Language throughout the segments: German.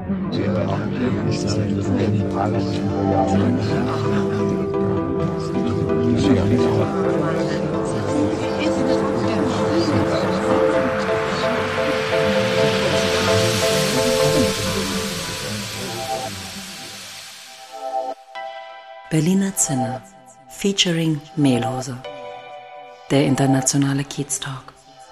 Berliner Zinne featuring Mehlhose. Der internationale Kiez-Talk.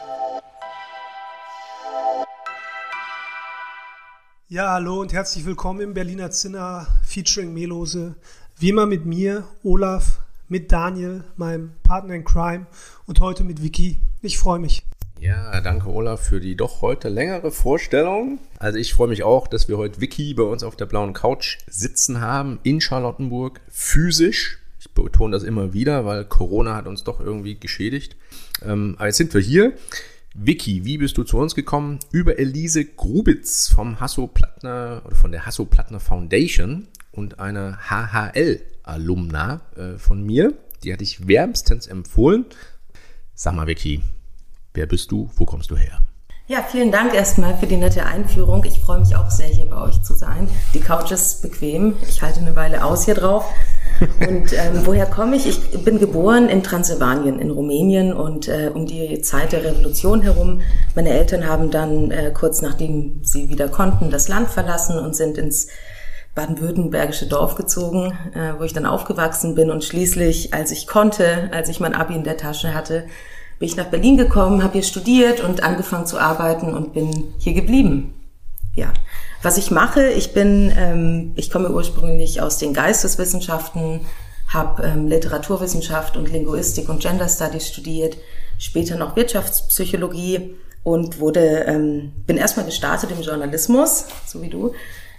Ja, hallo und herzlich willkommen im Berliner Zinner featuring Mehlhose. Wie immer mit mir, Olaf, mit Daniel, meinem Partner in Crime und heute mit Vicky. Ich freue mich. Ja, danke Olaf für die doch heute längere Vorstellung. Also ich freue mich auch, dass wir heute Vicky bei uns auf der blauen Couch sitzen haben in Charlottenburg, physisch. Ich betone das immer wieder, weil Corona hat uns doch irgendwie geschädigt. Aber jetzt sind wir hier. Vicky, wie bist du zu uns gekommen? Über Elise Grubitz vom Hasso-Plattner oder von der Hasso-Plattner Foundation und einer HHL-Alumna von mir. Die hatte ich wärmstens empfohlen. Sag mal Vicky, wer bist du? Wo kommst du her? Ja, vielen Dank erstmal für die nette Einführung. Ich freue mich auch sehr, hier bei euch zu sein. Die Couch ist bequem. Ich halte eine Weile aus hier drauf. Und woher komme ich? Ich bin geboren in Transsilvanien in Rumänien und um die Zeit der Revolution herum. Meine Eltern haben dann kurz nachdem sie wieder konnten, das Land verlassen und sind ins baden-württembergische Dorf gezogen, wo ich dann aufgewachsen bin. Und schließlich, als ich mein Abi in der Tasche hatte, bin ich nach Berlin gekommen, habe hier studiert und angefangen zu arbeiten und bin hier geblieben. Ja, was ich mache, ich komme ursprünglich aus den Geisteswissenschaften, habe Literaturwissenschaft und Linguistik und Gender Studies studiert, später noch Wirtschaftspsychologie und bin erstmal gestartet im Journalismus, so wie du,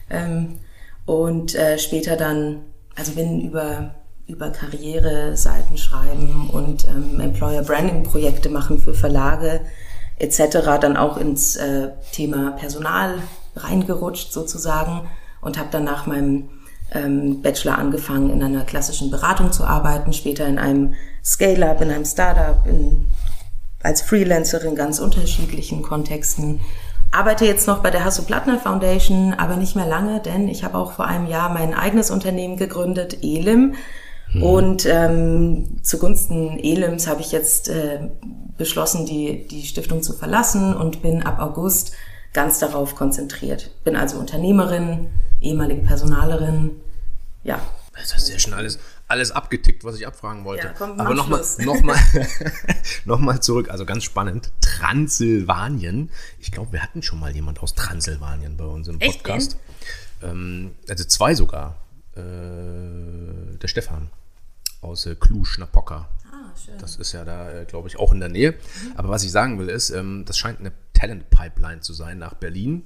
und später dann, bin über Karriereseiten schreiben und Employer-Branding-Projekte machen für Verlage etc. dann auch ins Thema Personal reingerutscht sozusagen und habe dann nach meinem Bachelor angefangen, in einer klassischen Beratung zu arbeiten, später in einem Scale-Up, in einem Startup, als Freelancerin in ganz unterschiedlichen Kontexten. Arbeite jetzt noch bei der Hasso-Plattner Foundation, aber nicht mehr lange, denn ich habe auch vor einem Jahr mein eigenes Unternehmen gegründet, Elim. Und zugunsten Elims habe ich jetzt beschlossen, die Stiftung zu verlassen und bin ab August ganz darauf konzentriert. Bin also Unternehmerin, ehemalige Personalerin, ja. Das ist ja schon alles abgetickt, was ich abfragen wollte. Ja, komm, aber nochmal zurück, also ganz spannend, Transsilvanien. Ich glaube, wir hatten schon mal jemand aus Transsilvanien bei uns im Podcast. Also zwei sogar. Der Stefan aus Cluj-Napoca. Schön. Das ist ja da, glaube ich, auch in der Nähe. Aber was ich sagen will ist, das scheint eine Talent-Pipeline zu sein nach Berlin.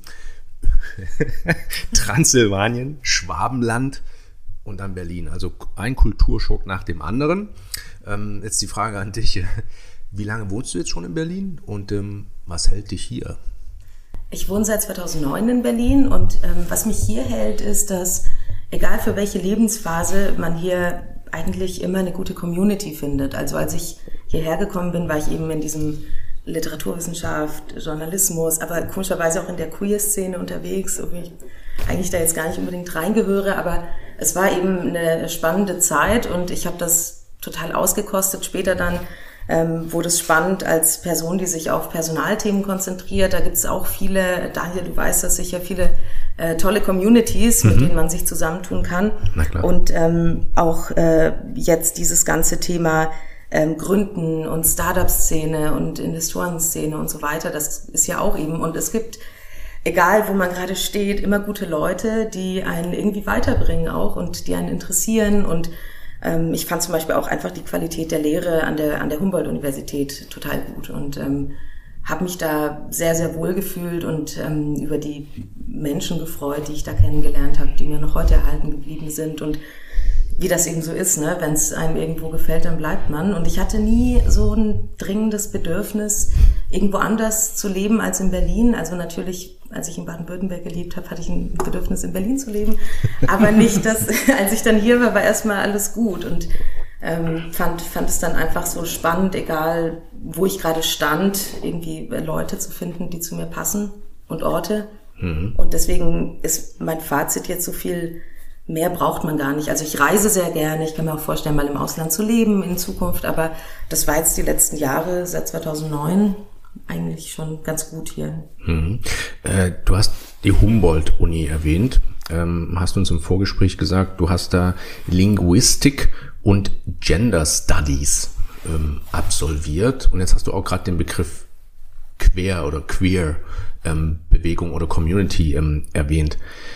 Transsilvanien, Schwabenland und dann Berlin. Also ein Kulturschock nach dem anderen. Jetzt die Frage an dich. Wie lange wohnst du jetzt schon in Berlin und was hält dich hier? Ich wohne seit 2009 in Berlin und was mich hier hält, ist, dass egal für welche Lebensphase man hier eigentlich immer eine gute Community findet. Also als ich hierher gekommen bin, war ich eben in diesem Literaturwissenschaft, Journalismus, aber komischerweise auch in der Queer-Szene unterwegs, obwohl ich eigentlich da jetzt gar nicht unbedingt reingehöre, aber es war eben eine spannende Zeit und ich habe das total ausgekostet. Später dann wurde es spannend als Person, die sich auf Personalthemen konzentriert. Da gibt es auch viele, Daniel, du weißt das sicher, viele tolle Communities, mit denen man sich zusammentun kann. Na klar. Und auch jetzt dieses ganze Thema Gründen und Startup-Szene und Investorenszene und so weiter, das ist ja auch eben. Und es gibt, egal wo man gerade steht, immer gute Leute, die einen irgendwie weiterbringen auch und die einen interessieren. Und ich fand zum Beispiel auch einfach die Qualität der Lehre an der Humboldt-Universität total gut und habe mich da sehr, sehr wohl gefühlt und über die Menschen gefreut, die ich da kennengelernt habe, die mir noch heute erhalten geblieben sind und wie das eben so ist, ne? Wenn es einem irgendwo gefällt, dann bleibt man. Und ich hatte nie so ein dringendes Bedürfnis, irgendwo anders zu leben als in Berlin. Also natürlich, als ich in Baden-Württemberg gelebt habe, hatte ich ein Bedürfnis, in Berlin zu leben. Aber nicht, dass, als ich dann hier war erstmal alles gut. Und fand es dann einfach so spannend, egal wo ich gerade stand, irgendwie Leute zu finden, die zu mir passen und Orte. Und deswegen ist mein Fazit jetzt so viel, mehr braucht man gar nicht. Also ich reise sehr gerne, ich kann mir auch vorstellen, mal im Ausland zu leben in Zukunft, aber das war jetzt die letzten Jahre, seit 2009, eigentlich schon ganz gut hier. Du hast die Humboldt-Uni erwähnt, hast uns im Vorgespräch gesagt, du hast da Linguistik und Gender Studies absolviert und jetzt hast du auch gerade den Begriff Queer oder Queer Bewegung oder Community erwähnt.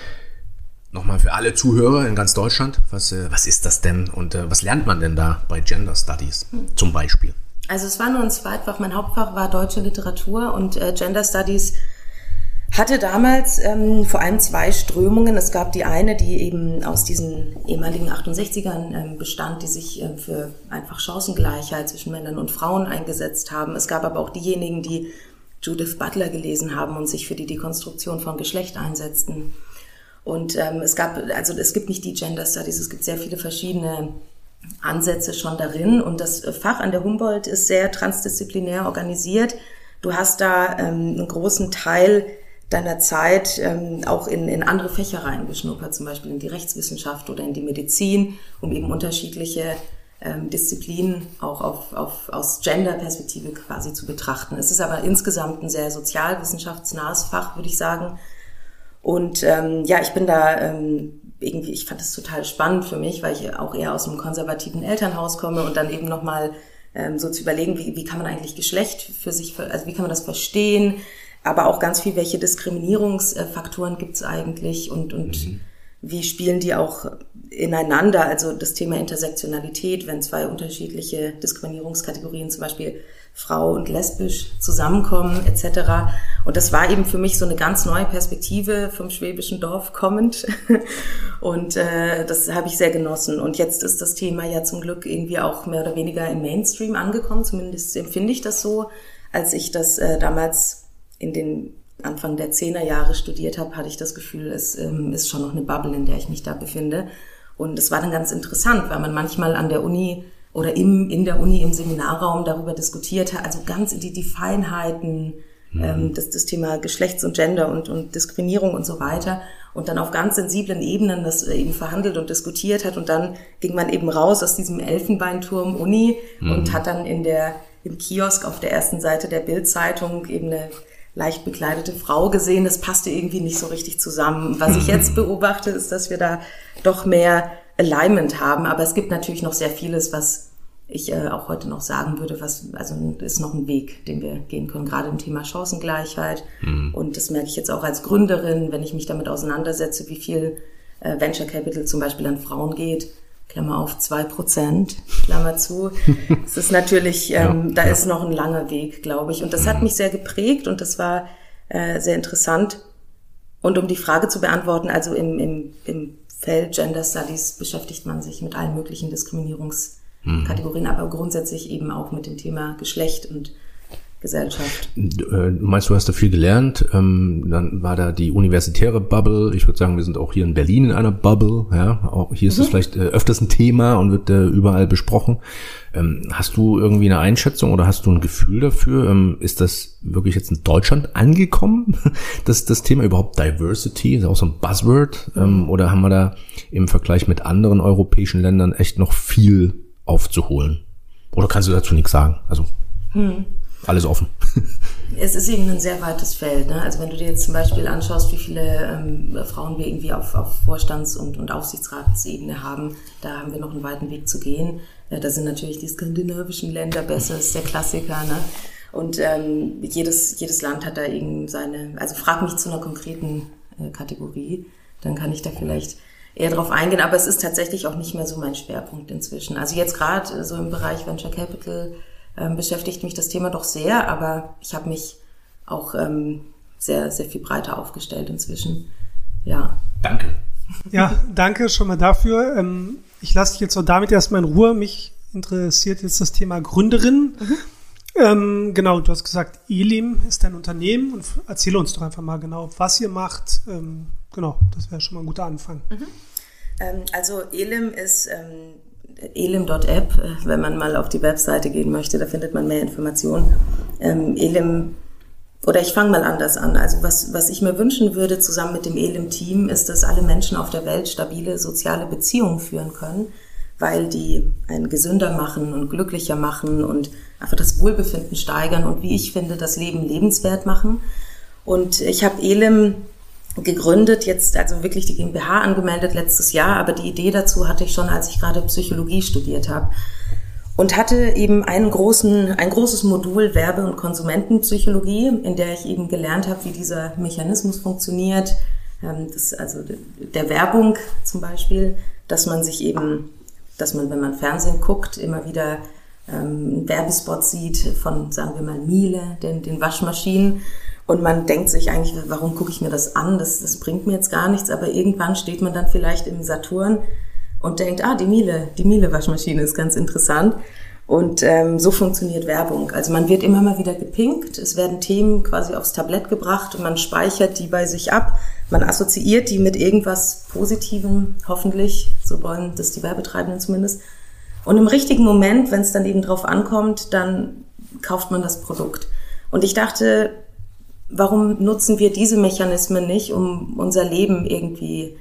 Nochmal für alle Zuhörer in ganz Deutschland, was ist das denn und was lernt man denn da bei Gender Studies zum Beispiel? Also es war nur ein Zweitfach, mein Hauptfach war deutsche Literatur und Gender Studies hatte damals vor allem zwei Strömungen. Es gab die eine, die eben aus diesen ehemaligen 68ern bestand, die sich für einfach Chancengleichheit zwischen Männern und Frauen eingesetzt haben. Es gab aber auch diejenigen, die Judith Butler gelesen haben und sich für die Dekonstruktion von Geschlecht einsetzten. Und es gibt nicht die Gender Studies, es gibt sehr viele verschiedene Ansätze schon darin. Und das Fach an der Humboldt ist sehr transdisziplinär organisiert. Du hast da einen großen Teil deiner Zeit auch in andere Fächer reingeschnuppert, zum Beispiel in die Rechtswissenschaft oder in die Medizin, um eben unterschiedliche Disziplinen auch aus Gender-Perspektive quasi zu betrachten. Es ist aber insgesamt ein sehr sozialwissenschaftsnahes Fach, würde ich sagen. Und ich bin da ich fand das total spannend für mich, weil ich auch eher aus einem konservativen Elternhaus komme und dann eben nochmal so zu überlegen, wie kann man eigentlich Geschlecht für sich, also wie kann man das verstehen, aber auch ganz viel, welche Diskriminierungsfaktoren gibt es eigentlich und wie spielen die auch ineinander, also das Thema Intersektionalität, wenn zwei unterschiedliche Diskriminierungskategorien, zum Beispiel Frau und lesbisch, zusammenkommen etc. Und das war eben für mich so eine ganz neue Perspektive vom schwäbischen Dorf kommend und das habe ich sehr genossen. Und jetzt ist das Thema ja zum Glück irgendwie auch mehr oder weniger im Mainstream angekommen, zumindest empfinde ich das so. Als ich das damals in den Anfang der 10er Jahre studiert habe, hatte ich das Gefühl, es ist schon noch eine Bubble, in der ich mich da befinde. Und es war dann ganz interessant, weil man manchmal an der Uni oder in der Uni im Seminarraum darüber diskutiert hat, also ganz die Feinheiten, das Thema Geschlechts- und Gender und Diskriminierung und so weiter und dann auf ganz sensiblen Ebenen das eben verhandelt und diskutiert hat und dann ging man eben raus aus diesem Elfenbeinturm Uni und hat dann im Kiosk auf der ersten Seite der Bild-Zeitung eben eine leicht bekleidete Frau gesehen. Das passte irgendwie nicht so richtig zusammen. Was ich jetzt beobachte, ist, dass wir da doch mehr Alignment haben. Aber es gibt natürlich noch sehr vieles, was ich auch heute noch sagen würde, ist noch ein Weg, den wir gehen können, gerade im Thema Chancengleichheit. Und das merke ich jetzt auch als Gründerin, wenn ich mich damit auseinandersetze, wie viel Venture Capital zum Beispiel an Frauen geht. Klammer auf, 2%, Klammer zu. Es ist natürlich, ist noch ein langer Weg, glaube ich. Und das hat mich sehr geprägt und das war sehr interessant. Und um die Frage zu beantworten, also im Feld Gender Studies beschäftigt man sich mit allen möglichen Diskriminierungskategorien, aber grundsätzlich eben auch mit dem Thema Geschlecht und Gesellschaft. Du meinst, du hast da viel gelernt, dann war da die universitäre Bubble, ich würde sagen, wir sind auch hier in Berlin in einer Bubble, ja, auch hier ist es vielleicht öfters ein Thema und wird überall besprochen. Hast du irgendwie eine Einschätzung oder hast du ein Gefühl dafür, ist das wirklich jetzt in Deutschland angekommen, das Thema überhaupt Diversity, ist auch so ein Buzzword, oder haben wir da im Vergleich mit anderen europäischen Ländern echt noch viel aufzuholen? Oder kannst du dazu nichts sagen? Also alles offen. Es ist eben ein sehr weites Feld, ne? Also wenn du dir jetzt zum Beispiel anschaust, wie viele Frauen wir irgendwie auf Vorstands- und Aufsichtsratsebene haben, da haben wir noch einen weiten Weg zu gehen. Da sind natürlich die skandinavischen Länder besser, das ist der Klassiker, ne? Und jedes Land hat da also frag mich zu einer konkreten Kategorie, dann kann ich da vielleicht eher drauf eingehen, aber es ist tatsächlich auch nicht mehr so mein Schwerpunkt inzwischen. Also jetzt gerade so im Bereich Venture Capital beschäftigt mich das Thema doch sehr, aber ich habe mich auch sehr, sehr viel breiter aufgestellt inzwischen. Ja. Danke. Ja, danke schon mal dafür. Ich lasse dich jetzt auch damit erstmal in Ruhe. Mich interessiert jetzt das Thema Gründerin. Genau, du hast gesagt, Elim ist dein Unternehmen und erzähle uns doch einfach mal genau, was ihr macht. Genau, das wäre schon mal ein guter Anfang. Also Elim ist elim.app, wenn man mal auf die Webseite gehen möchte, da findet man mehr Informationen. Elim Oder ich fange mal anders an. Also was ich mir wünschen würde, zusammen mit dem ELIM-Team, ist, dass alle Menschen auf der Welt stabile soziale Beziehungen führen können, weil die einen gesünder machen und glücklicher machen und einfach das Wohlbefinden steigern und, wie ich finde, das Leben lebenswert machen. Und ich habe ELIM gegründet, jetzt also wirklich die GmbH angemeldet letztes Jahr, aber die Idee dazu hatte ich schon, als ich gerade Psychologie studiert habe. Und hatte eben ein großes Modul Werbe- und Konsumentenpsychologie, in der ich eben gelernt habe, wie dieser Mechanismus funktioniert, also der Werbung zum Beispiel, dass man, wenn man Fernsehen guckt, immer wieder einen Werbespot sieht von, sagen wir mal, Miele, den Waschmaschinen. Und man denkt sich eigentlich, warum gucke ich mir das an? Das bringt mir jetzt gar nichts. Aber irgendwann steht man dann vielleicht im Saturn und denkt, die Miele-Waschmaschine ist ganz interessant. Und so funktioniert Werbung. Also man wird immer mal wieder gepinkt, es werden Themen quasi aufs Tablett gebracht und man speichert die bei sich ab. Man assoziiert die mit irgendwas Positivem, hoffentlich, so wollen das die Werbetreibenden zumindest. Und im richtigen Moment, wenn es dann eben drauf ankommt, dann kauft man das Produkt. Und ich dachte, warum nutzen wir diese Mechanismen nicht, um unser Leben irgendwie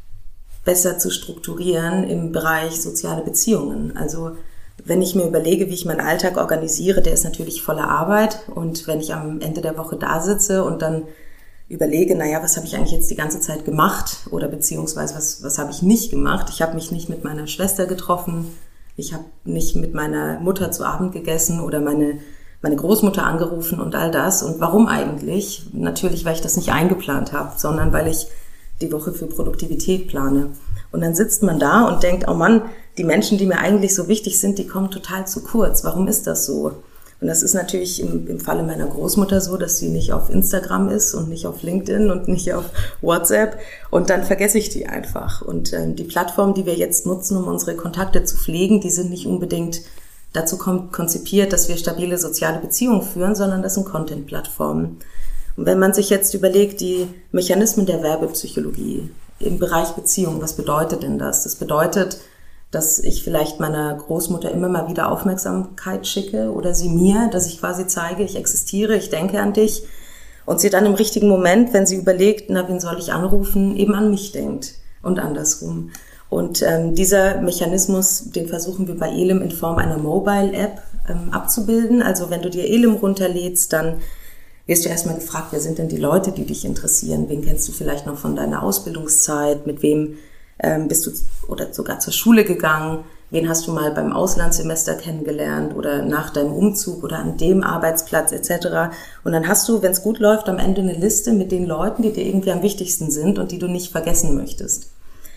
besser zu strukturieren im Bereich soziale Beziehungen? Also wenn ich mir überlege, wie ich meinen Alltag organisiere, der ist natürlich voller Arbeit. Und wenn ich am Ende der Woche da sitze und dann überlege, was habe ich eigentlich jetzt die ganze Zeit gemacht? Oder beziehungsweise was habe ich nicht gemacht? Ich habe mich nicht mit meiner Schwester getroffen. Ich habe nicht mit meiner Mutter zu Abend gegessen oder meine Großmutter angerufen und all das. Und warum eigentlich? Natürlich, weil ich das nicht eingeplant habe, sondern weil ich die Woche für Produktivität plane. Und dann sitzt man da und denkt, oh Mann, die Menschen, die mir eigentlich so wichtig sind, die kommen total zu kurz. Warum ist das so? Und das ist natürlich im Falle meiner Großmutter so, dass sie nicht auf Instagram ist und nicht auf LinkedIn und nicht auf WhatsApp. Und dann vergesse ich die einfach. Und die Plattformen, die wir jetzt nutzen, um unsere Kontakte zu pflegen, die sind nicht unbedingt dazu konzipiert, dass wir stabile soziale Beziehungen führen, sondern das sind Content-Plattformen. Und wenn man sich jetzt überlegt, die Mechanismen der Werbepsychologie im Bereich Beziehung, was bedeutet denn das? Das bedeutet, dass ich vielleicht meiner Großmutter immer mal wieder Aufmerksamkeit schicke oder sie mir, dass ich quasi zeige, ich existiere, ich denke an dich und sie dann im richtigen Moment, wenn sie überlegt, wen soll ich anrufen, eben an mich denkt und andersrum. Und dieser Mechanismus, den versuchen wir bei ELIM in Form einer Mobile-App abzubilden. Also wenn du dir ELIM runterlädst, dann wirst du erstmal gefragt, wer sind denn die Leute, die dich interessieren? Wen kennst du vielleicht noch von deiner Ausbildungszeit? Mit wem bist du oder sogar zur Schule gegangen? Wen hast du mal beim Auslandssemester kennengelernt oder nach deinem Umzug oder an dem Arbeitsplatz etc.? Und dann hast du, wenn es gut läuft, am Ende eine Liste mit den Leuten, die dir irgendwie am wichtigsten sind und die du nicht vergessen möchtest.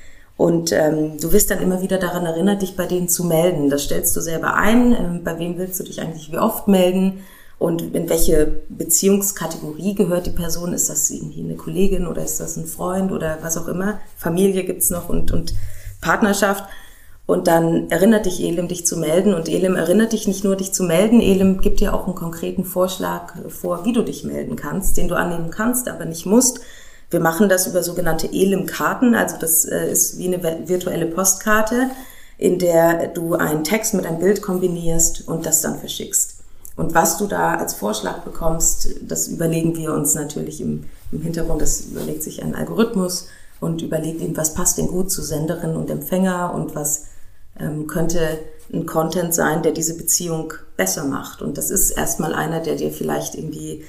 Und du wirst dann immer wieder daran erinnert, dich bei denen zu melden. Das stellst du selber ein. Bei wem willst du dich eigentlich wie oft melden? Und in welche Beziehungskategorie gehört die Person? Ist das irgendwie eine Kollegin oder ist das ein Freund oder was auch immer? Familie gibt's noch und Partnerschaft. Und dann erinnert dich ELIM, dich zu melden. Und ELIM erinnert dich nicht nur, dich zu melden. ELIM gibt dir auch einen konkreten Vorschlag vor, wie du dich melden kannst, den du annehmen kannst, aber nicht musst. Wir machen das über sogenannte ELIM-Karten. Also das ist wie eine virtuelle Postkarte, in der du einen Text mit einem Bild kombinierst und das dann verschickst. Und was du da als Vorschlag bekommst, das überlegen wir uns natürlich im Hintergrund. Das überlegt sich ein Algorithmus und überlegt eben, was passt denn gut zu Senderin und Empfänger und was könnte ein Content sein, der diese Beziehung besser macht. Und das ist erstmal einer, der dir vielleicht irgendwie,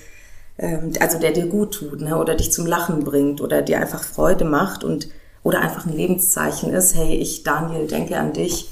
der dir gut tut, ne? Oder dich zum Lachen bringt oder dir einfach Freude macht oder einfach ein Lebenszeichen ist. Hey, ich, Daniel, denke an dich.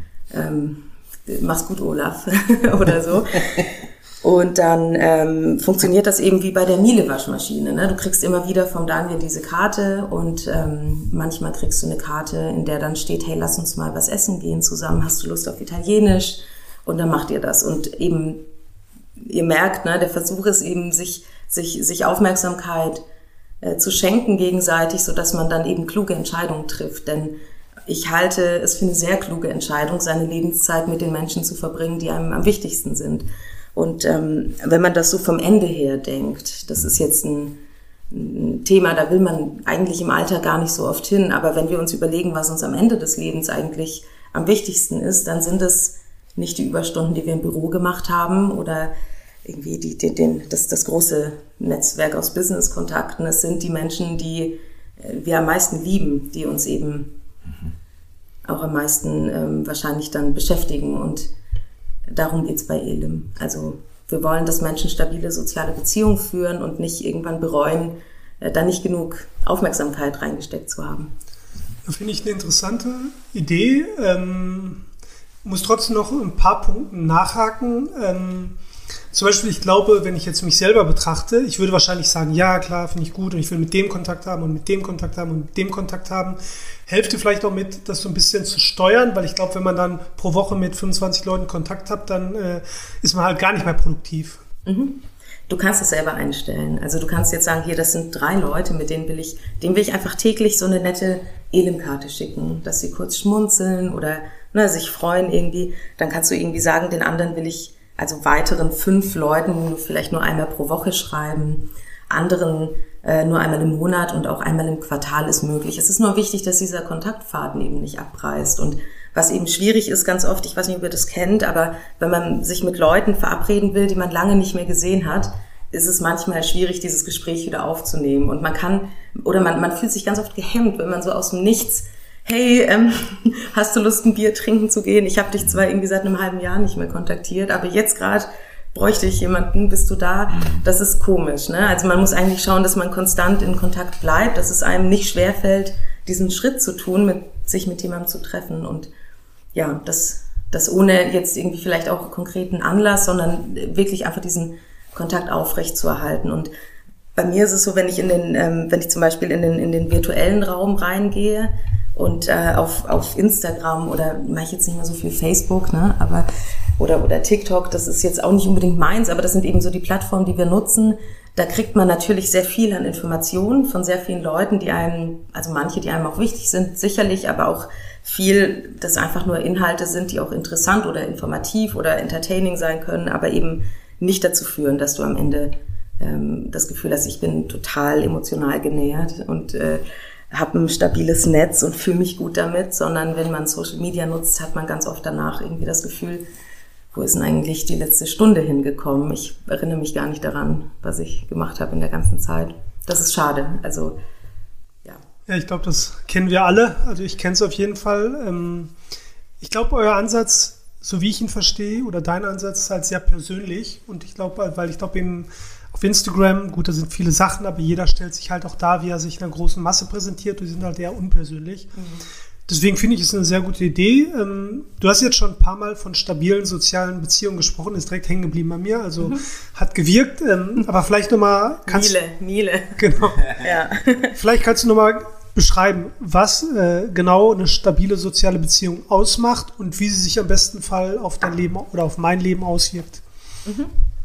Mach's gut, Olaf, oder so. Und dann funktioniert das eben wie bei der Miele-Waschmaschine. Ne? Du kriegst immer wieder vom Daniel diese Karte und manchmal kriegst du eine Karte, in der dann steht, hey, lass uns mal was essen gehen zusammen, hast du Lust auf Italienisch? Und dann macht ihr das. Und eben, ihr merkt, ne, der Versuch ist eben, sich Aufmerksamkeit zu schenken gegenseitig, sodass man dann eben kluge Entscheidungen trifft. Denn ich halte es für eine sehr kluge Entscheidung, seine Lebenszeit mit den Menschen zu verbringen, die einem am wichtigsten sind. Und wenn man das so vom Ende her denkt, das ist jetzt ein Thema, da will man eigentlich im Alltag gar nicht so oft hin, aber wenn wir uns überlegen, was uns am Ende des Lebens eigentlich am wichtigsten ist, dann sind es nicht die Überstunden, die wir im Büro gemacht haben oder irgendwie das große Netzwerk aus Business-Kontakten. Es sind die Menschen, die wir am meisten lieben, die uns eben auch am meisten wahrscheinlich dann beschäftigen. Und darum geht's bei ELIM. Also wir wollen, dass Menschen stabile soziale Beziehungen führen und nicht irgendwann bereuen, da nicht genug Aufmerksamkeit reingesteckt zu haben. Das finde ich eine interessante Idee. Muss trotzdem noch ein paar Punkte nachhaken. Zum Beispiel, ich glaube, wenn ich jetzt mich selber betrachte, ich würde wahrscheinlich sagen, ja klar, finde ich gut und ich will mit dem Kontakt haben und mit dem Kontakt haben und mit dem Kontakt haben. Helft dir vielleicht auch mit, das so ein bisschen zu steuern, weil ich glaube, wenn man dann pro Woche mit 25 Leuten Kontakt hat, dann ist man halt gar nicht mehr produktiv. Mhm. Du kannst es selber einstellen. Also du kannst jetzt sagen, hier, das sind 3 Leute, mit denen will ich einfach täglich so eine nette ELIM-Karte schicken, dass sie kurz schmunzeln oder sich freuen irgendwie. Dann kannst du irgendwie sagen, den anderen will ich, also weiteren 5 Leuten vielleicht nur einmal pro Woche schreiben, anderen nur einmal im Monat und auch einmal im Quartal ist möglich. Es ist nur wichtig, dass dieser Kontaktfaden eben nicht abreißt. Und was eben schwierig ist ganz oft, ich weiß nicht, ob ihr das kennt, aber wenn man sich mit Leuten verabreden will, die man lange nicht mehr gesehen hat, ist es manchmal schwierig, dieses Gespräch wieder aufzunehmen. Und man fühlt sich ganz oft gehemmt, wenn man so aus dem Nichts, hey, hast du Lust, ein Bier trinken zu gehen? Ich habe dich zwar irgendwie seit einem halben Jahr nicht mehr kontaktiert, aber jetzt gerade bräuchte ich jemanden, bist du da? Das ist komisch, ne? Also man muss eigentlich schauen, dass man konstant in Kontakt bleibt, dass es einem nicht schwerfällt, diesen Schritt zu tun, sich mit jemandem zu treffen. Und ja, das ohne jetzt irgendwie vielleicht auch konkreten Anlass, sondern wirklich einfach diesen Kontakt aufrecht zu erhalten. Und bei mir ist es so, wenn ich zum Beispiel in den virtuellen Raum reingehe und auf Instagram oder mache ich jetzt nicht mehr so viel Facebook, ne, aber oder TikTok, das ist jetzt auch nicht unbedingt meins, aber das sind eben so die Plattformen, die wir nutzen. Da kriegt man natürlich sehr viel an Informationen von sehr vielen Leuten, also manche, die einem auch wichtig sind, sicherlich, aber auch viel, das einfach nur Inhalte sind, die auch interessant oder informativ oder entertaining sein können, aber eben nicht dazu führen, dass du am Ende das Gefühl hast, ich bin total emotional genährt und habe ein stabiles Netz und fühle mich gut damit, sondern wenn man Social Media nutzt, hat man ganz oft danach irgendwie das Gefühl, wo ist denn eigentlich die letzte Stunde hingekommen? Ich erinnere mich gar nicht daran, was ich gemacht habe in der ganzen Zeit. Das ist schade. Also, ja. Ja, ich glaube, das kennen wir alle. Also ich kenne es auf jeden Fall. Ich glaube, euer Ansatz, so wie ich ihn verstehe, oder dein Ansatz ist halt sehr persönlich. Und ich glaube, eben auf Instagram, gut, da sind viele Sachen, aber jeder stellt sich halt auch da, wie er sich in einer großen Masse präsentiert. Die sind halt eher unpersönlich. Mhm. Deswegen finde ich es eine sehr gute Idee. Du hast jetzt schon ein paar Mal von stabilen sozialen Beziehungen gesprochen, ist direkt hängen geblieben bei mir, also hat gewirkt. Aber vielleicht nochmal... Miele. Genau. Ja. Vielleicht kannst du nochmal beschreiben, was genau eine stabile soziale Beziehung ausmacht und wie sie sich am besten Fall auf dein Leben oder auf mein Leben auswirkt. Mhm.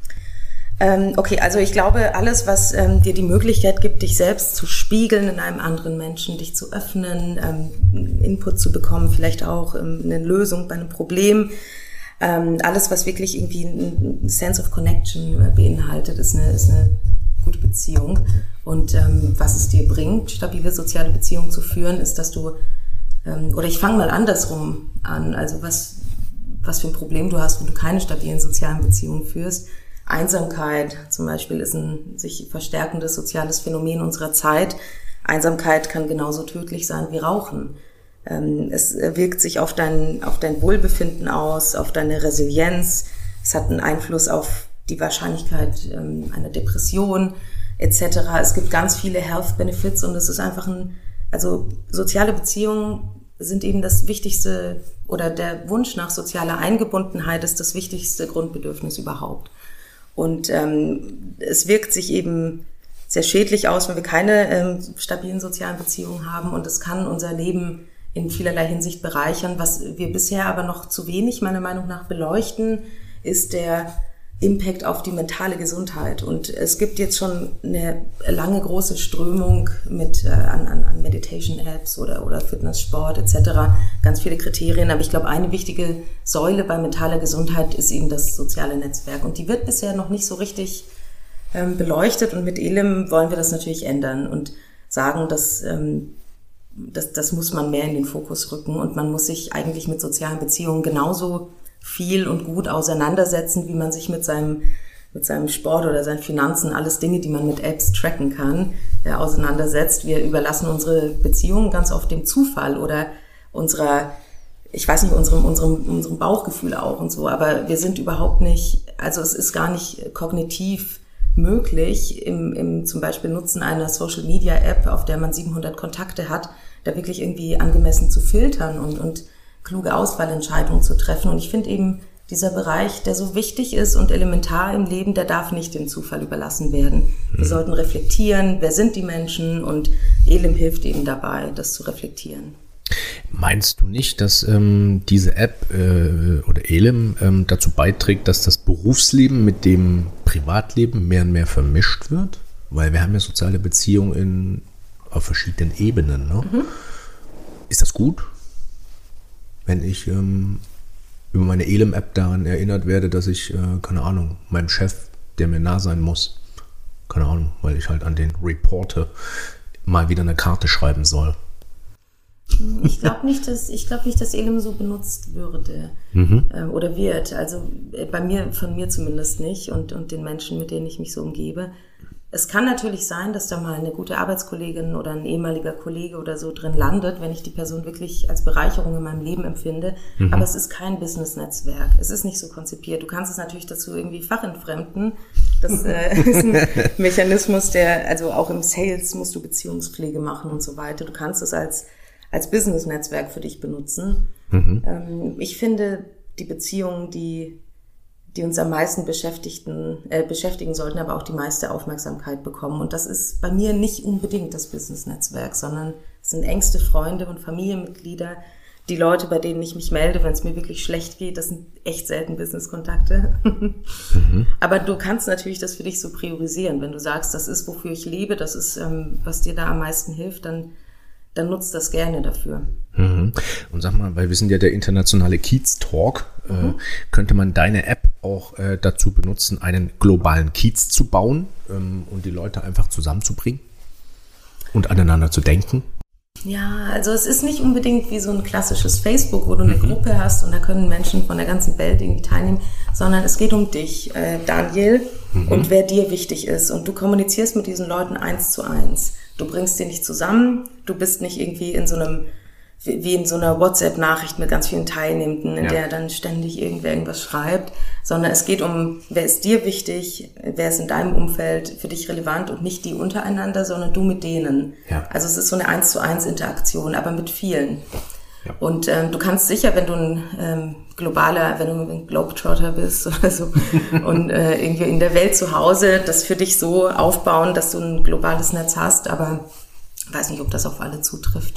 Okay, also ich glaube, alles, was dir die Möglichkeit gibt, dich selbst zu spiegeln in einem anderen Menschen, dich zu öffnen, Input zu bekommen, vielleicht auch eine Lösung bei einem Problem, alles, was wirklich irgendwie ein Sense of Connection beinhaltet, ist eine gute Beziehung. Und was es dir bringt, stabile soziale Beziehungen zu führen, ist, dass du, oder ich fange mal andersrum an, also was für ein Problem du hast, wenn du keine stabilen sozialen Beziehungen führst. Einsamkeit zum Beispiel ist ein sich verstärkendes soziales Phänomen unserer Zeit. Einsamkeit kann genauso tödlich sein wie Rauchen. Es wirkt sich auf dein Wohlbefinden aus, auf deine Resilienz. Es hat einen Einfluss auf die Wahrscheinlichkeit einer Depression etc. Es gibt ganz viele Health Benefits und es ist einfach also soziale Beziehungen sind eben das wichtigste oder der Wunsch nach sozialer Eingebundenheit ist das wichtigste Grundbedürfnis überhaupt. Und es wirkt sich eben sehr schädlich aus, wenn wir keine stabilen sozialen Beziehungen haben. Und es kann unser Leben in vielerlei Hinsicht bereichern. Was wir bisher aber noch zu wenig, meiner Meinung nach, beleuchten, ist der Impact auf die mentale Gesundheit. Und es gibt jetzt schon eine lange große Strömung an Meditation-Apps oder Fitness, Sport etc. Ganz viele Kriterien. Aber ich glaube, eine wichtige Säule bei mentaler Gesundheit ist eben das soziale Netzwerk. Und die wird bisher noch nicht so richtig beleuchtet. Und mit ELIM wollen wir das natürlich ändern und sagen, dass das muss man mehr in den Fokus rücken. Und man muss sich eigentlich mit sozialen Beziehungen genauso viel und gut auseinandersetzen, wie man sich mit seinem seinem Sport oder seinen Finanzen, alles Dinge, die man mit Apps tracken kann, auseinandersetzt. Wir überlassen unsere Beziehungen ganz oft dem Zufall oder unserem Bauchgefühl auch und so. Aber wir sind überhaupt nicht, also es ist gar nicht kognitiv möglich, im zum Beispiel Nutzen einer Social-Media-App, auf der man 700 Kontakte hat, da wirklich irgendwie angemessen zu filtern und kluge Auswahlentscheidungen zu treffen. Und ich finde eben, dieser Bereich, der so wichtig ist und elementar im Leben, der darf nicht dem Zufall überlassen werden. Wir sollten reflektieren, wer sind die Menschen, und Elem hilft eben dabei, das zu reflektieren. Meinst du nicht, dass diese App oder Elem dazu beiträgt, dass das Berufsleben mit dem Privatleben mehr und mehr vermischt wird? Weil wir haben ja soziale Beziehungen auf verschiedenen Ebenen. Ne? Ist das gut, wenn ich über meine Elem-App daran erinnert werde, dass ich, keine Ahnung, meinem Chef, der mir nah sein muss, keine Ahnung, weil ich halt an den Reporter mal wieder eine Karte schreiben soll? Ich glaube nicht, dass Elem so benutzt würde oder wird. Also von mir zumindest nicht und den Menschen, mit denen ich mich so umgebe. Es kann natürlich sein, dass da mal eine gute Arbeitskollegin oder ein ehemaliger Kollege oder so drin landet, wenn ich die Person wirklich als Bereicherung in meinem Leben empfinde. Aber es ist kein Business-Netzwerk. Es ist nicht so konzipiert. Du kannst es natürlich dazu irgendwie fachentfremden. Das ist ein Mechanismus, also auch im Sales musst du Beziehungspflege machen und so weiter. Du kannst es als Business-Netzwerk für dich benutzen. Ich finde, die Beziehungen, die uns am meisten beschäftigen sollten, aber auch die meiste Aufmerksamkeit bekommen. Und das ist bei mir nicht unbedingt das Business-Netzwerk, sondern es sind engste Freunde und Familienmitglieder, die Leute, bei denen ich mich melde, wenn es mir wirklich schlecht geht. Das sind echt selten Business-Kontakte. Aber du kannst natürlich das für dich so priorisieren. Wenn du sagst, das ist, wofür ich lebe, das ist, was dir da am meisten hilft, dann nutzt das gerne dafür. Und sag mal, weil wir sind ja der internationale Kiez-Talk, könnte man deine App auch dazu benutzen, einen globalen Kiez zu bauen und die Leute einfach zusammenzubringen und aneinander zu denken? Ja, also es ist nicht unbedingt wie so ein klassisches Facebook, wo du eine Gruppe hast und da können Menschen von der ganzen Welt irgendwie teilnehmen, sondern es geht um dich, Daniel, und wer dir wichtig ist. Und du kommunizierst mit diesen Leuten 1:1. Du bringst die nicht zusammen, du bist nicht irgendwie in so einer WhatsApp-Nachricht mit ganz vielen Teilnehmenden, in der dann ständig irgendwas schreibt, sondern es geht um, wer ist dir wichtig, wer ist in deinem Umfeld für dich relevant und nicht die untereinander, sondern du mit denen. Ja. Also es ist so eine 1:1 Interaktion, aber mit vielen. Ja. Und du kannst sicher, wenn du ein Globetrotter bist oder so und irgendwie in der Welt zu Hause, das für dich so aufbauen, dass du ein globales Netz hast, aber ich weiß nicht, ob das auf alle zutrifft.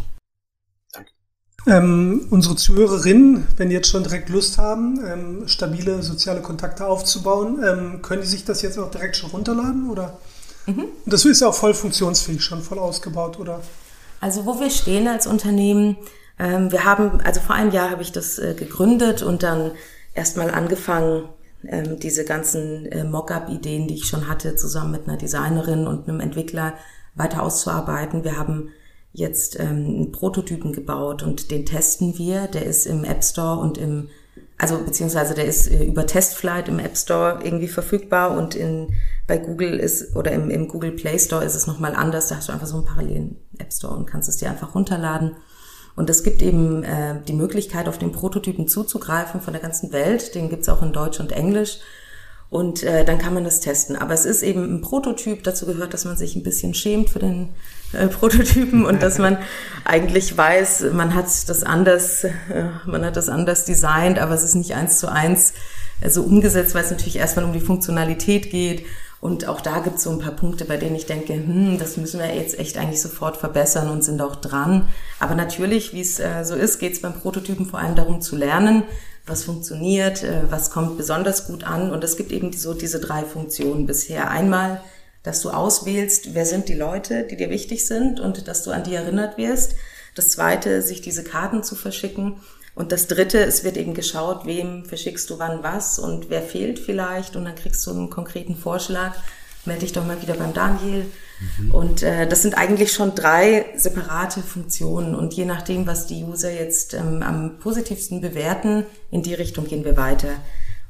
Unsere Zuhörerinnen, wenn die jetzt schon direkt Lust haben, stabile soziale Kontakte aufzubauen, können die sich das jetzt auch direkt schon runterladen, oder? Das ist ja auch voll funktionsfähig, schon voll ausgebaut, oder? Also wo wir stehen als Unternehmen, vor einem Jahr habe ich das gegründet und dann erstmal angefangen, diese ganzen Mockup-Ideen, die ich schon hatte, zusammen mit einer Designerin und einem Entwickler weiter auszuarbeiten. Wir haben jetzt einen Prototypen gebaut und den testen wir. Der ist im App Store beziehungsweise der ist über Testflight im App Store irgendwie verfügbar und bei Google im Google Play Store ist es nochmal anders. Da hast du einfach so einen parallelen App Store und kannst es dir einfach runterladen. Und es gibt eben die Möglichkeit, auf den Prototypen zuzugreifen von der ganzen Welt. Den gibt's auch in Deutsch und Englisch. Und dann kann man das testen. Aber es ist eben ein Prototyp. Dazu gehört, dass man sich ein bisschen schämt für den Prototypen und dass man eigentlich weiß, man hat das anders designt, aber es ist nicht 1:1 so umgesetzt, weil es natürlich erstmal um die Funktionalität geht. Und auch da gibt es so ein paar Punkte, bei denen ich denke, das müssen wir jetzt echt eigentlich sofort verbessern und sind auch dran. Aber natürlich, wie es so ist, geht es beim Prototypen vor allem darum zu lernen, was funktioniert, was kommt besonders gut an. Und es gibt eben so diese 3 Funktionen bisher. Einmal, dass du auswählst, wer sind die Leute, die dir wichtig sind und dass du an die erinnert wirst. Das Zweite, sich diese Karten zu verschicken. Und das Dritte, es wird eben geschaut, wem verschickst du wann was und wer fehlt vielleicht. Und dann kriegst du einen konkreten Vorschlag. Melde dich doch mal wieder beim Daniel. Und das sind eigentlich schon 3 separate Funktionen. Und je nachdem, was die User jetzt am positivsten bewerten, in die Richtung gehen wir weiter.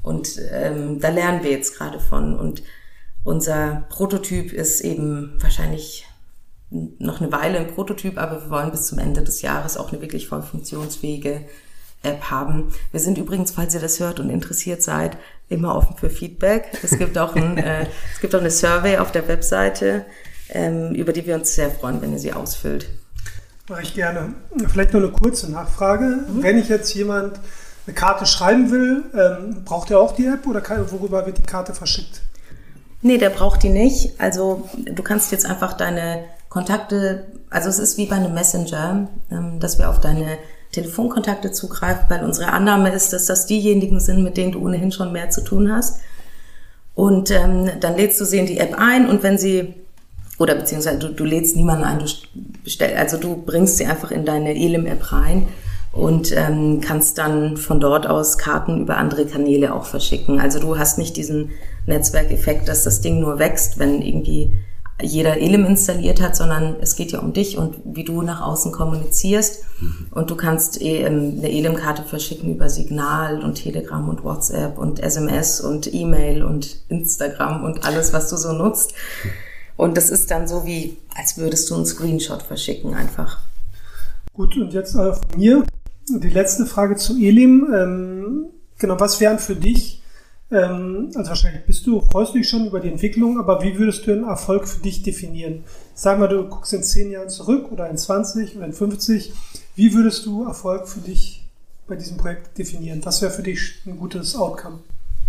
Und da lernen wir jetzt gerade von. Und unser Prototyp ist eben wahrscheinlich noch eine Weile ein Prototyp, aber wir wollen bis zum Ende des Jahres auch eine wirklich voll funktionsfähige App haben. Wir sind übrigens, falls ihr das hört und interessiert seid, immer offen für Feedback. Es gibt auch eine Survey auf der Webseite, über die wir uns sehr freuen, wenn ihr sie ausfüllt. Mache ich gerne. Vielleicht noch eine kurze Nachfrage. Wenn ich jetzt jemand eine Karte schreiben will, braucht er auch die App oder worüber wird die Karte verschickt? Nee, der braucht die nicht. Also du kannst jetzt einfach deine Kontakte, also es ist wie bei einem Messenger, dass wir auf deine Telefonkontakte zugreifen, weil unsere Annahme ist, dass das diejenigen sind, mit denen du ohnehin schon mehr zu tun hast. Und dann lädst du sie in die App ein und wenn sie, oder beziehungsweise du lädst niemanden ein, du bringst sie einfach in deine Elim-App rein und kannst dann von dort aus Karten über andere Kanäle auch verschicken. Also du hast nicht diesen Netzwerkeffekt, dass das Ding nur wächst, wenn irgendwie jeder Elim installiert hat, sondern es geht ja um dich und wie du nach außen kommunizierst. Und du kannst eine Elim-Karte verschicken über Signal und Telegram und WhatsApp und SMS und E-Mail und Instagram und alles, was du so nutzt. Und das ist dann so wie, als würdest du einen Screenshot verschicken einfach. Gut, und jetzt von mir die letzte Frage zu Elim. Genau, was wären für dich, also wahrscheinlich freust du dich schon über die Entwicklung, aber wie würdest du einen Erfolg für dich definieren? Sag mal, du guckst in 10 Jahren zurück oder in 20 oder in 50. Wie würdest du Erfolg für dich bei diesem Projekt definieren? Was wäre für dich ein gutes Outcome?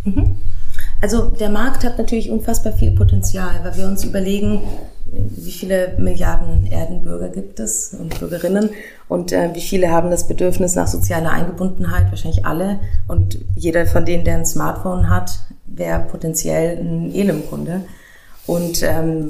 Also der Markt hat natürlich unfassbar viel Potenzial, weil wir uns überlegen, wie viele Milliarden Erdenbürger gibt es und Bürgerinnen und wie viele haben das Bedürfnis nach sozialer Eingebundenheit, wahrscheinlich alle. Und jeder von denen, der ein Smartphone hat, wäre potenziell ein Elim-Kunde. Und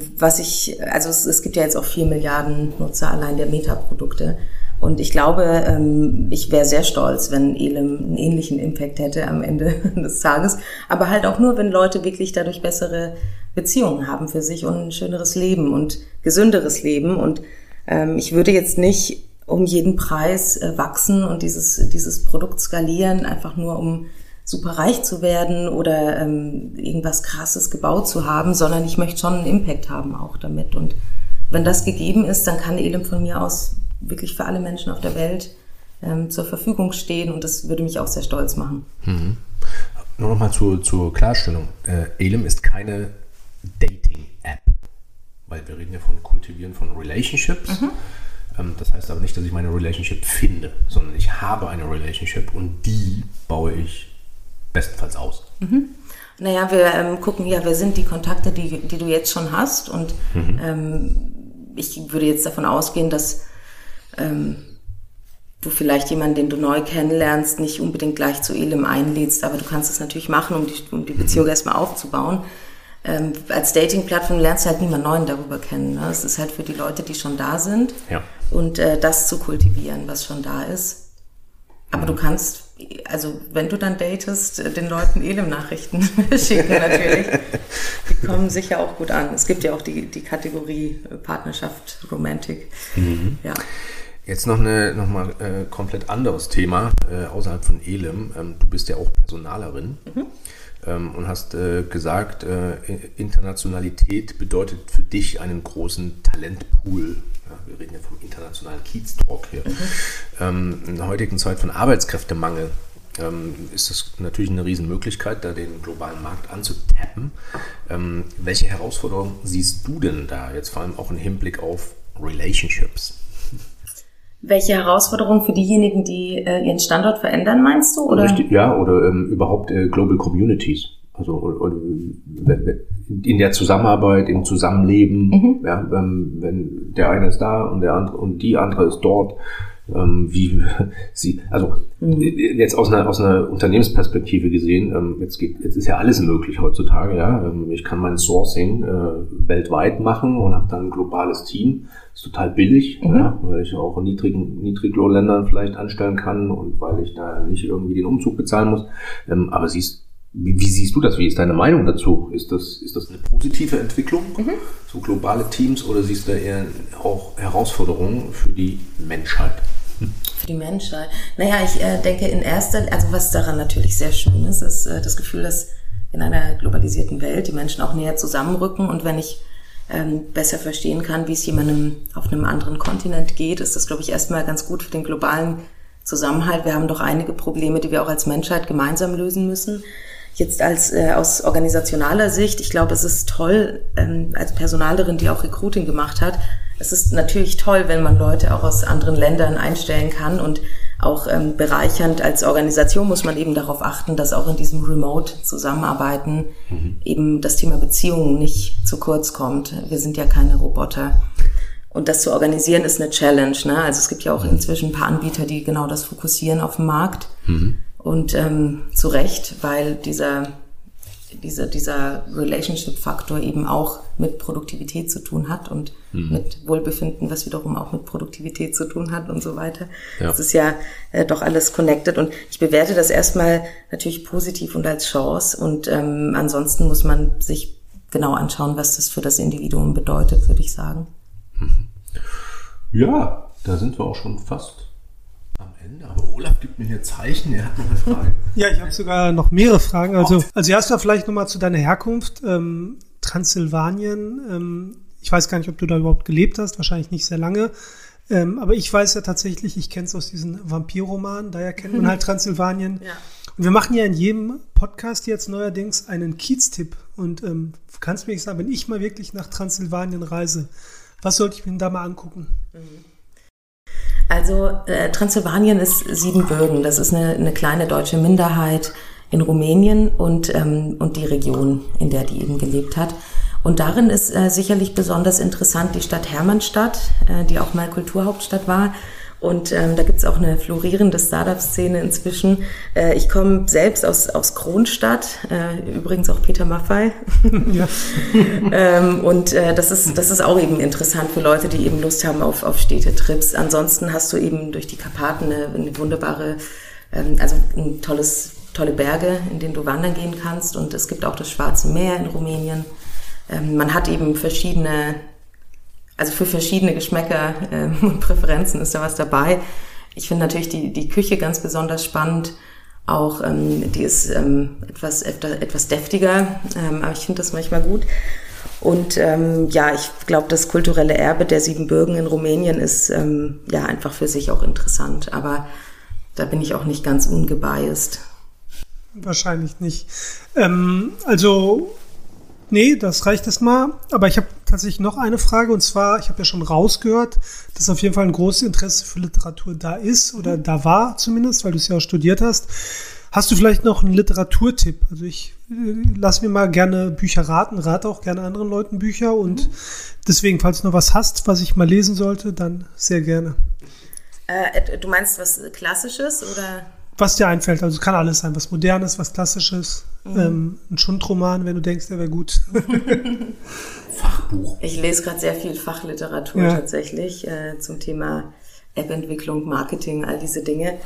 es gibt ja jetzt auch 4 Milliarden Nutzer allein der Meta-Produkte. Und ich glaube, ich wäre sehr stolz, wenn Elim einen ähnlichen Impact hätte am Ende des Tages. Aber halt auch nur, wenn Leute wirklich dadurch bessere Beziehungen haben für sich und ein schöneres Leben und gesünderes Leben. Und ich würde jetzt nicht um jeden Preis wachsen und dieses Produkt skalieren, einfach nur um super reich zu werden oder irgendwas Krasses gebaut zu haben, sondern ich möchte schon einen Impact haben auch damit. Und wenn das gegeben ist, dann kann Elim von mir aus wirklich für alle Menschen auf der Welt zur Verfügung stehen und das würde mich auch sehr stolz machen. Nur nochmal zur Klarstellung. Elim ist keine Dating-App, weil wir reden ja von Kultivieren von Relationships. Das heißt aber nicht, dass ich meine Relationship finde, sondern ich habe eine Relationship und die baue ich bestenfalls aus. Naja, wir gucken ja, wer sind die Kontakte, die du jetzt schon hast und ich würde jetzt davon ausgehen, dass du vielleicht jemanden, den du neu kennenlernst, nicht unbedingt gleich zu Elim einlädst, aber du kannst es natürlich machen, um die Beziehung erstmal aufzubauen. Als Dating-Plattform lernst du halt niemand Neuen darüber kennen. Ne? Es ist halt für die Leute, die schon da sind und das zu kultivieren, was schon da ist. Aber du kannst, also wenn du dann datest, den Leuten Elim-Nachrichten schicken natürlich. Die kommen sicher auch gut an. Es gibt ja auch die Kategorie Partnerschaft, Romantik. Ja. Jetzt noch mal komplett anderes Thema außerhalb von Elim. Du bist ja auch Personalerin und hast gesagt, Internationalität bedeutet für dich einen großen Talentpool. Ja, wir reden ja vom internationalen Kiez-Talk hier. In der heutigen Zeit von Arbeitskräftemangel ist das natürlich eine Riesenmöglichkeit, da den globalen Markt anzutappen. Welche Herausforderungen siehst du denn da, jetzt vor allem auch im Hinblick auf Relationships? Welche Herausforderungen für diejenigen, die ihren Standort verändern, meinst du? Oder? Richtig, ja, oder überhaupt Global Communities. Also in der Zusammenarbeit, im Zusammenleben, wenn der eine ist da und der andere und die andere ist dort, jetzt aus einer Unternehmensperspektive gesehen, jetzt ist ja alles möglich heutzutage, ja. Ich kann mein Sourcing weltweit machen und habe dann ein globales Team. Ist total billig, ja, weil ich auch in Niedriglohnländern vielleicht anstellen kann und weil ich da nicht irgendwie den Umzug bezahlen muss. Aber wie siehst du das? Wie ist deine Meinung dazu? Ist das eine positive Entwicklung, so globale Teams, oder siehst du eher auch Herausforderungen für die Menschheit? Für die Menschheit. Naja, ich denke also was daran natürlich sehr schön ist, ist das Gefühl, dass in einer globalisierten Welt die Menschen auch näher zusammenrücken, und wenn ich besser verstehen kann, wie es jemandem auf einem anderen Kontinent geht, ist das, glaube ich, erstmal ganz gut für den globalen Zusammenhalt. Wir haben doch einige Probleme, die wir auch als Menschheit gemeinsam lösen müssen. Jetzt aus organisationaler Sicht, ich glaube, es ist toll, als Personalerin, die auch Recruiting gemacht hat, es ist natürlich toll, wenn man Leute auch aus anderen Ländern einstellen kann, und auch bereichernd als Organisation muss man eben darauf achten, dass auch in diesem Remote-Zusammenarbeiten eben das Thema Beziehungen nicht zu kurz kommt. Wir sind ja keine Roboter. Und das zu organisieren ist eine Challenge, ne? Also es gibt ja auch inzwischen ein paar Anbieter, die genau das fokussieren auf dem Markt. Und zu Recht, weil dieser Relationship-Faktor eben auch mit Produktivität zu tun hat und mit Wohlbefinden, was wiederum auch mit Produktivität zu tun hat und so weiter. Ja. Das ist ja doch alles connected, und ich bewerte das erstmal natürlich positiv und als Chance, und ansonsten muss man sich genau anschauen, was das für das Individuum bedeutet, würde ich sagen. Ja, da sind wir auch schon fast am Ende, aber Olaf gibt mir hier Zeichen, er hat noch eine Frage. Ja, ich habe sogar noch mehrere Fragen. Also erstmal vielleicht nochmal zu deiner Herkunft. Transsilvanien, ich weiß gar nicht, ob du da überhaupt gelebt hast, wahrscheinlich nicht sehr lange. Aber ich weiß ja tatsächlich, ich kenne es aus diesen Vampirromanen, daher kennt man halt Transsilvanien. Ja. Und wir machen ja in jedem Podcast jetzt neuerdings einen Kiez-Tipp. Und kannst du mir sagen, wenn ich mal wirklich nach Transsilvanien reise, was sollte ich mir denn da mal angucken? Also Transsilvanien ist Siebenbürgen. Das ist eine kleine deutsche Minderheit in Rumänien und die Region, in der die eben gelebt hat. Und darin ist sicherlich besonders interessant die Stadt Hermannstadt, die auch mal Kulturhauptstadt war. Und da gibt's auch eine florierende Startup-Szene inzwischen. Ich komme selbst aus Kronstadt, übrigens auch Peter Maffay. Ja. Und das ist auch eben interessant für Leute, die eben Lust haben auf Städtetrips. Ansonsten hast du eben durch die Karpaten eine wunderbare, tolle Berge, in denen du wandern gehen kannst. Und es gibt auch das Schwarze Meer in Rumänien. Man hat eben für verschiedene Geschmäcker und Präferenzen ist da was dabei. Ich finde natürlich die Küche ganz besonders spannend. Auch die ist etwas deftiger, aber ich finde das manchmal gut. Und ich glaube, das kulturelle Erbe der Siebenbürgen in Rumänien ist einfach für sich auch interessant. Aber da bin ich auch nicht ganz ungebiased. Wahrscheinlich nicht. Nee, das reicht erstmal. Aber ich habe tatsächlich noch eine Frage, und zwar, ich habe ja schon rausgehört, dass auf jeden Fall ein großes Interesse für Literatur da ist oder da war zumindest, weil du es ja auch studiert hast. Hast du vielleicht noch einen Literaturtipp? Also ich lass mir mal gerne Bücher rate auch gerne anderen Leuten Bücher, und deswegen, falls du noch was hast, was ich mal lesen sollte, dann sehr gerne. Du meinst was Klassisches oder? Was dir einfällt, also es kann alles sein, was Modernes, was Klassisches, ein Schundroman, wenn du denkst, der wäre gut. Fachbuch. Ich lese gerade sehr viel Fachliteratur tatsächlich zum Thema App-Entwicklung, Marketing, all diese Dinge.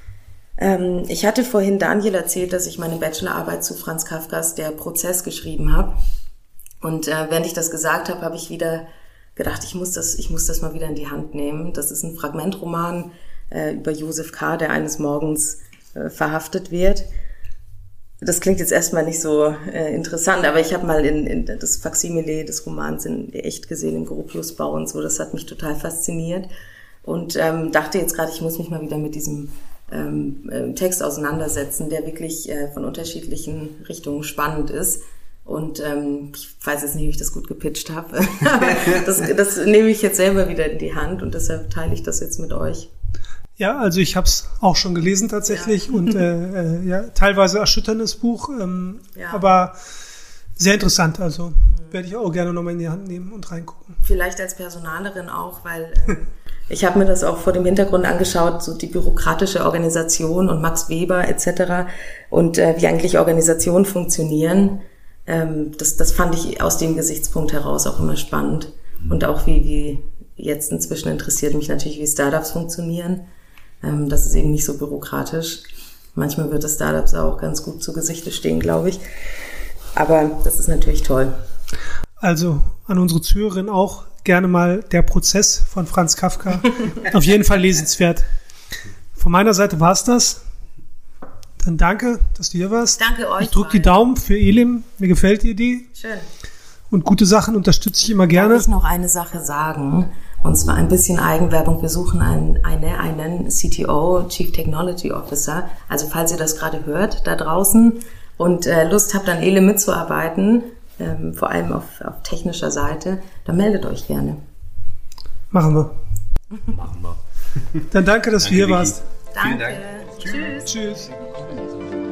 Ich hatte vorhin Daniel erzählt, dass ich meine Bachelorarbeit zu Franz Kafkas Der Prozess geschrieben habe. Und während ich das gesagt habe, habe ich wieder gedacht, ich muss das mal wieder in die Hand nehmen. Das ist ein Fragmentroman über Josef K., der eines Morgens verhaftet wird. Das klingt jetzt erstmal nicht so interessant, aber ich habe mal in das Faksimile des Romans in echt gesehen, im Gropiusbau und so. Das hat mich total fasziniert und dachte jetzt gerade, ich muss mich mal wieder mit diesem Text auseinandersetzen, der wirklich von unterschiedlichen Richtungen spannend ist. Und ich weiß jetzt nicht, wie ich das gut gepitcht habe. das nehme ich jetzt selber wieder in die Hand, und deshalb teile ich das jetzt mit euch. Ja, also ich habe es auch schon gelesen tatsächlich, und teilweise erschütterndes Buch, aber sehr interessant. Also werde ich auch gerne nochmal in die Hand nehmen und reingucken. Vielleicht als Personalerin auch, weil ich habe mir das auch vor dem Hintergrund angeschaut, so die bürokratische Organisation und Max Weber etc. und wie eigentlich Organisationen funktionieren. Das fand ich aus dem Gesichtspunkt heraus auch immer spannend. Und auch wie jetzt inzwischen interessiert mich natürlich, wie Startups funktionieren. Das ist eben nicht so bürokratisch. Manchmal wird das Startups auch ganz gut zu Gesichte stehen, glaube ich. Aber das ist natürlich toll. Also an unsere Zuhörerin auch gerne mal Der Prozess von Franz Kafka. Auf jeden Fall lesenswert. Von meiner Seite war es das. Dann danke, dass du hier warst. Danke euch. Ich drücke die Daumen für Elim. Mir gefällt die Idee. Schön. Und gute Sachen unterstütze ich immer gerne. Darf ich noch eine Sache sagen? Und zwar ein bisschen Eigenwerbung. Wir suchen einen CTO, Chief Technology Officer. Also falls ihr das gerade hört da draußen und Lust habt, an Elim mitzuarbeiten, vor allem auf technischer Seite, dann meldet euch gerne. Machen wir. Machen wir. Dann danke, dass du hier Vicky. warst. Danke. Vielen Dank. Tschüss. Tschüss.